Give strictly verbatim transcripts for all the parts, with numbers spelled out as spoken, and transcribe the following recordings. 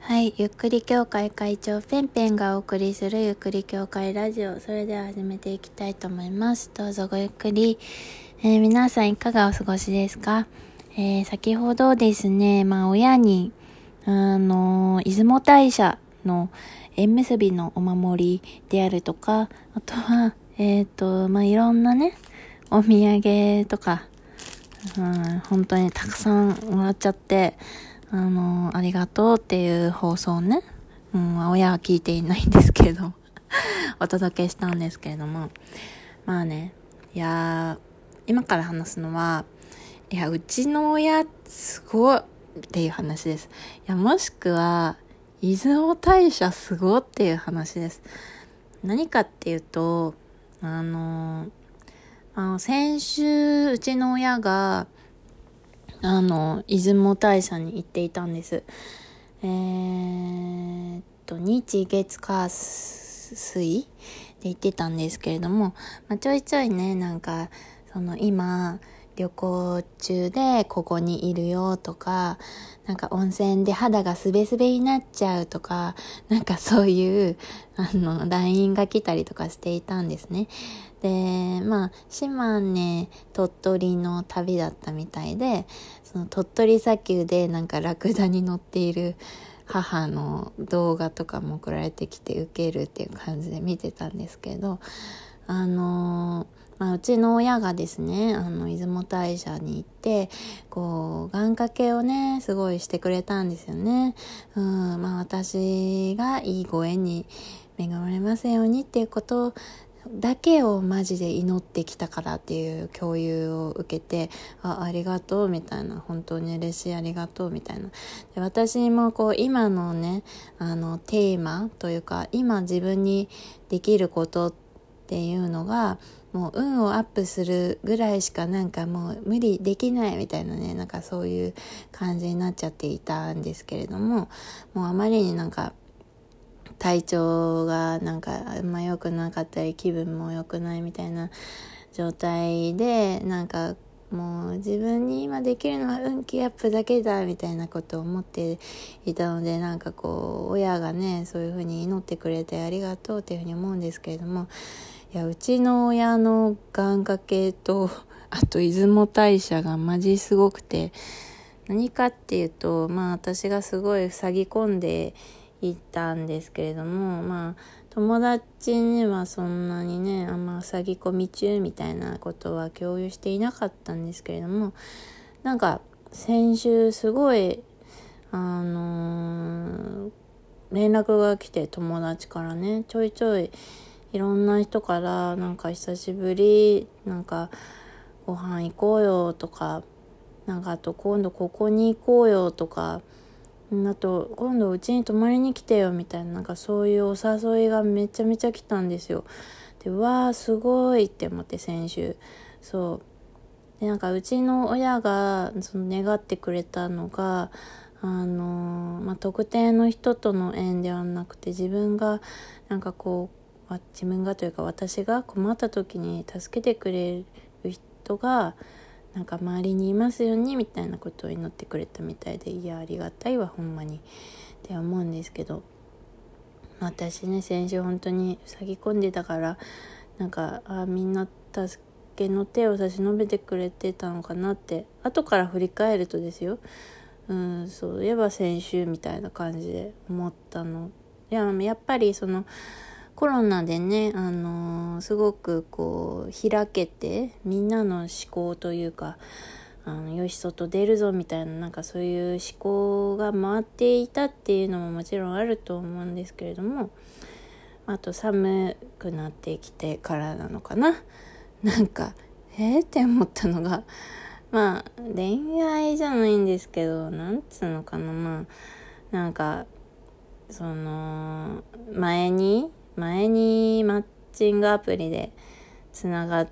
はい、ゆっくり協会会長ペンペンがお送りするゆっくり協会ラジオ、それでは始めていきたいと思います。どうぞごゆっくり。えー、皆さんいかがお過ごしですか？えー、先ほどですね、まあ親にあの出雲大社の縁結びのお守りであるとか、あとはえっとまあいろんなねお土産とか、うん、本当にたくさんもらっちゃって。あの、ありがとうっていう放送をね、うん、親は聞いていないんですけれども、お届けしたんですけれども、まあね、いやー、今から話すのは、いや、うちの親、すごいっていう話です。いや、もしくは、出雲大社すごっていう話です。何かっていうと、あの、あの先週、うちの親が、あの、出雲大社に行っていたんです。えー、っと、日月火水で行ってたんですけれども、まあ、ちょいちょいね、なんか、その今、旅行中でここにいるよとか、なんか温泉で肌がスベスベになっちゃうとか、なんかそういう、あの、ライン が来たりとかしていたんですね。で、まあ、島根、鳥取の旅だったみたいで、その鳥取砂丘でなんかラクダに乗っている母の動画とかも送られてきて受けるっていう感じで見てたんですけど、あのー、まあ、うちの親がですね、あの、出雲大社に行って、こう、願掛けをね、すごいしてくれたんですよね。うん、まあ、私がいいご縁に恵まれますようにっていうことだけをマジで祈ってきたからっていう共有を受けて、あ、ありがとうみたいな、本当に嬉しいありがとうみたいな。で、私もこう今のね、あのテーマというか、今自分にできることっていうのが、もう運をアップするぐらいしかなんかもう無理できないみたいなね、なんかそういう感じになっちゃっていたんですけれども、もうあまりになんか体調がなんかあんま良くなかったり気分も良くないみたいな状態で、なんかもう自分に今できるのは運気アップだけだみたいなことを思っていたので、なんかこう親がねそういう風に祈ってくれてありがとうっていう風に思うんですけれども、いやうちの親の願掛けとあと出雲大社がマジすごくて、何かっていうと、まあ私がすごい塞ぎ込んでいたんですけれども、まあ友達にはそんなにね、あんま塞ぎ込み中みたいなことは共有していなかったんですけれども、なんか先週すごいあのー、連絡が来て、友達からね、ちょいちょいいろんな人からなんか久しぶり、なんかご飯行こうよとか、なんかあと今度ここに行こうよとか、あと今度うちに泊まりに来てよみたいな、なんかそういうお誘いがめちゃめちゃ来たんですよ。で、わーすごいって思って、先週そうで、なんかうちの親がその願ってくれたのが、あのー、まあ、特定の人との縁ではなくて、自分がなんかこう自分がというか私が困った時に助けてくれる人がなんか周りにいますようにみたいなことを祈ってくれたみたいで、いやありがたいわほんまにって思うんですけど、私ね先週本当に塞ぎ込んでたから、なんかあみんな助けの手を差し伸べてくれてたのかなって後から振り返るとですよ、うん、そういえば先週みたいな感じで思ったの。いややっぱりそのコロナでね、あのー、すごくこう開けてみんなの思考というか、あのよし外出るぞみたいな、なんかそういう思考が回っていたっていうのももちろんあると思うんですけれども、あと寒くなってきてからなのかな、なんかえーって思ったのが、まあ恋愛じゃないんですけど、なんつうのかな、まあなんかその前に前にマッチングアプリでつながって、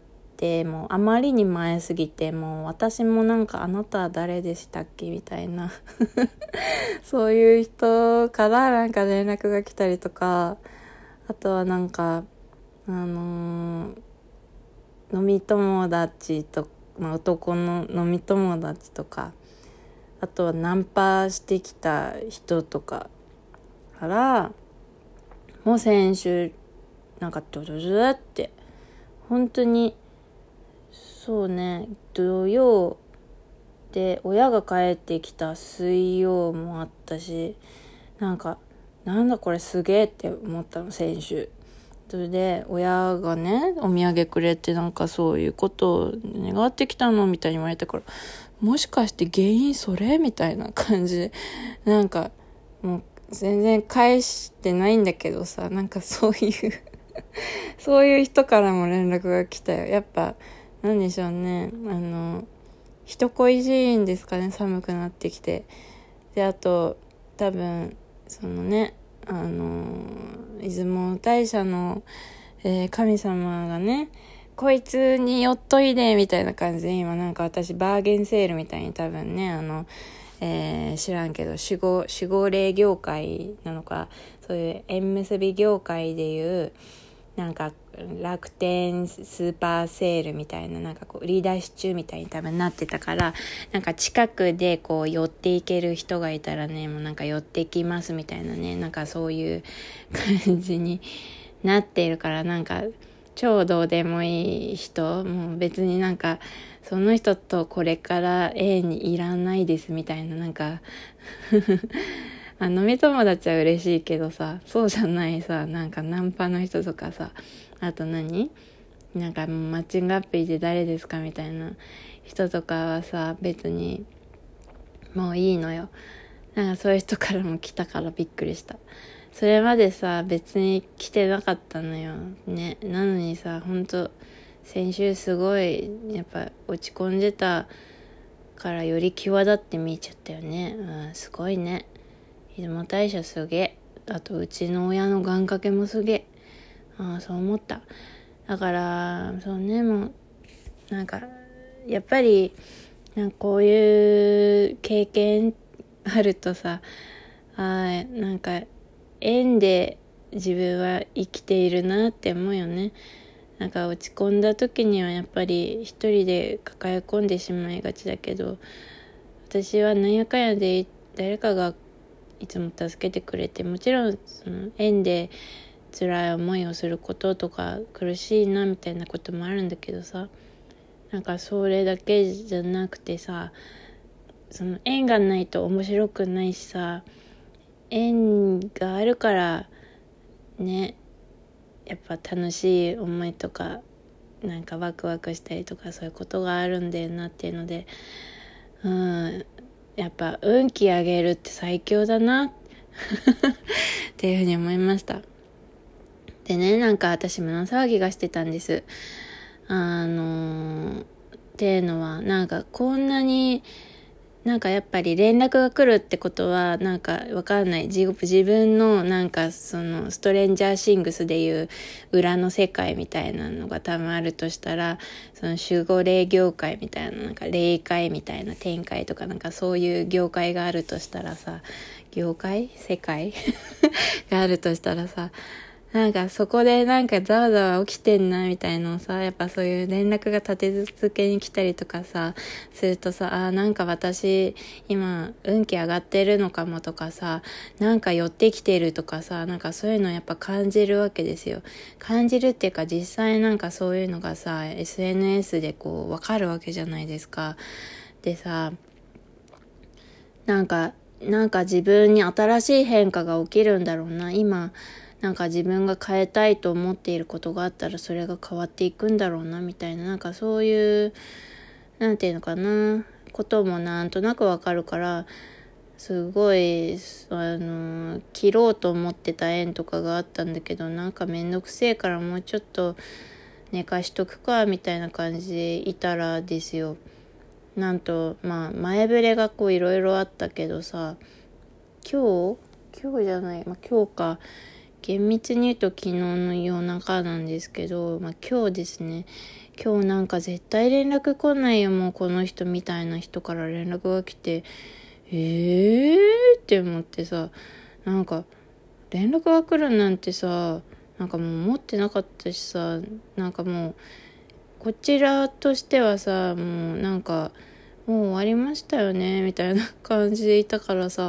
もうあまりに前すぎて、もう私もなんかあなたは誰でしたっけみたいなそういう人からなんか連絡が来たりとか、あとはなんかあのー、飲み友達と、まあ、男の飲み友達とか、あとはナンパしてきた人とか、 から、もう先週なんかドドドドって本当にそうね、土曜で親が帰ってきた水曜もあったし、なんかなんだこれすげえって思ったの先週。それで親がねお土産くれて、なんかそういうことを願ってきたのみたいに言われたから、もしかして原因それみたいな感じで、なんかもう全然返してないんだけどさ、なんかそういうそういう人からも連絡が来たよ。やっぱなんでしょうね、あの人恋しいんですかね、寒くなってきて。であと多分そのね、あの出雲大社の、えー、神様がね、こいつに寄っといでみたいな感じで、今なんか私バーゲンセールみたいに多分ね、あの、えー、知らんけど守護守護霊業界なのか、そういう縁結び業界でいうなんか楽天スーパーセールみたいな、なんかこう売り出し中みたいに多分なってたから、なんか近くでこう寄っていける人がいたらね、もうなんか寄ってきますみたいなね、なんかそういう感じになっているから、なんか超どうでもいい人、もう別になんかその人とこれから縁にいらないですみたいな、なんかあ飲み友達は嬉しいけどさ、そうじゃないさ、なんかナンパの人とかさ、あと何なんかもうマッチングアプリで誰ですかみたいな人とかはさ、別にもういいのよ。なんかそういう人からも来たからびっくりした。それまでさ別に来てなかったのよね。なのにさ、ほんと先週すごいやっぱ落ち込んでたからより際立って見えちゃったよね。うん、すごいね。出雲大社すげえ。あとうちの親の願掛けもすげえ。ああそう思った。だからそうね、もうなんかやっぱりなんかこういう経験あるとさ、あなんか縁で自分は生きているなって思うよね。なんか落ち込んだ時にはやっぱり一人で抱え込んでしまいがちだけど、私はなんやかんやで誰かがいつも助けてくれて、もちろんその縁で辛い思いをすることとか苦しいなみたいなこともあるんだけどさ、なんかそれだけじゃなくてさ、その縁がないと面白くないしさ、縁があるからね、やっぱ楽しい思いとかなんかワクワクしたりとかそういうことがあるんだよなっていうので、うんやっぱ運気上げるって最強だなっていうふうに思いました。でね、なんか私胸騒ぎがしてたんです。あのっていうのはなんかこんなになんかやっぱり連絡が来るってことはなんかわかんない、自自分のなんかそのストレンジャーシングスでいう裏の世界みたいなのが多分あるとしたら、その守護霊業界みたいな、なんか霊界みたいな展開とかなんかそういう業界があるとしたらさ、業界世界があるとしたらさ、なんかそこでなんかざわざわ起きてんなみたいのをさ、やっぱそういう連絡が立て続けに来たりとかさするとさ、あーなんか私今運気上がってるのかもとかさ、なんか寄ってきてるとかさ、なんかそういうのやっぱ感じるわけですよ。感じるっていうか実際なんかそういうのがさ エスエヌエス でこうわかるわけじゃないですか。でさ、なんかなんか自分に新しい変化が起きるんだろうな。今なんか自分が変えたいと思っていることがあったらそれが変わっていくんだろうなみたいな、なんかそういうなんていうのかなこともなんとなくわかるから、すごいあの切ろうと思ってた縁とかがあったんだけど、なんかめんどくせえからもうちょっと寝かしとくかみたいな感じでいたらですよ、なんとまあ前触れがこういろいろあったけどさ、今日今日じゃない、まあ、今日か、厳密に言うと昨日の夜中なんですけど、まあ、今日ですね、今日なんか絶対連絡来ないよもうこの人みたいな人から連絡が来て、えーって思ってさ、なんか連絡が来るなんてさ、なんかもう思ってなかったしさ、なんかもうこちらとしてはさ、もうなんかもう終わりましたよねみたいな感じでいたからさ、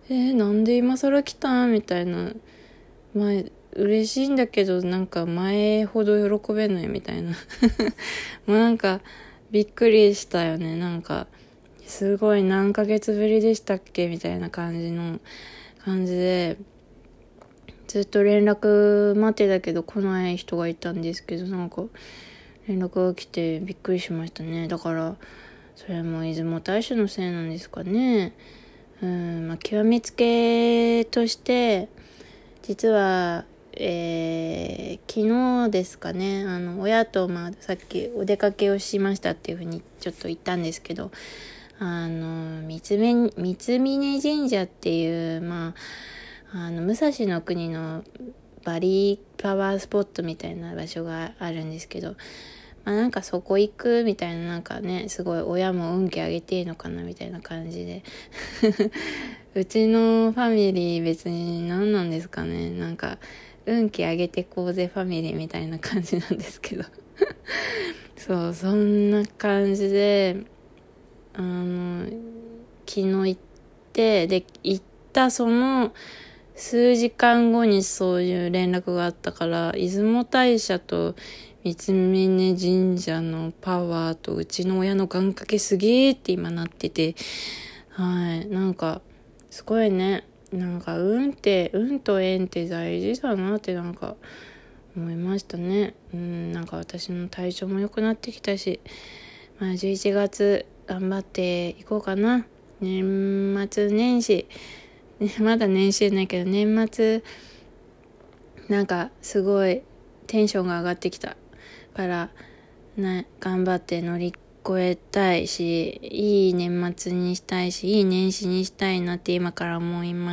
えー、なんで今更来たんみたいな。まあ、嬉しいんだけど、なんか前ほど喜べないみたいな。もうなんか、びっくりしたよね。なんか、すごい何ヶ月ぶりでしたっけみたいな感じの、感じで、ずっと連絡待ってたけど来ない人がいたんですけど、なんか、連絡が来てびっくりしましたね。だから、それも出雲大社のせいなんですかね。うん、まあ、極めつけとして、実は、えー、昨日ですかね、あの、親と、まあ、さっきお出かけをしましたっていうふうにちょっと言ったんですけど、あの、三つめ、三峯神社っていう、まあ、あの、武蔵の国のバリーパワースポットみたいな場所があるんですけど、まあ、なんかそこ行くみたいな、なんかね、すごい親も運気上げていいのかなみたいな感じで。うちのファミリー別に何なんですかね。なんか、運気上げてこうぜファミリーみたいな感じなんですけど。そう、そんな感じで、あの、昨日行って、で、行ったその数時間後にそういう連絡があったから、出雲大社と三峯神社のパワーとうちの親の願掛けすげーって今なってて、はい、なんか、すごいね。なんか運って、運と縁って大事だなってなんか思いましたね。うん、なんか私の体調も良くなってきたし、まあじゅういちがつ頑張っていこうかな。年末年始、ね、まだ年始ないけど年末、なんかすごいテンションが上がってきたから、な、頑張って乗り越えたいし、いい年末にしたいし、いい年始にしたいなって今から思います。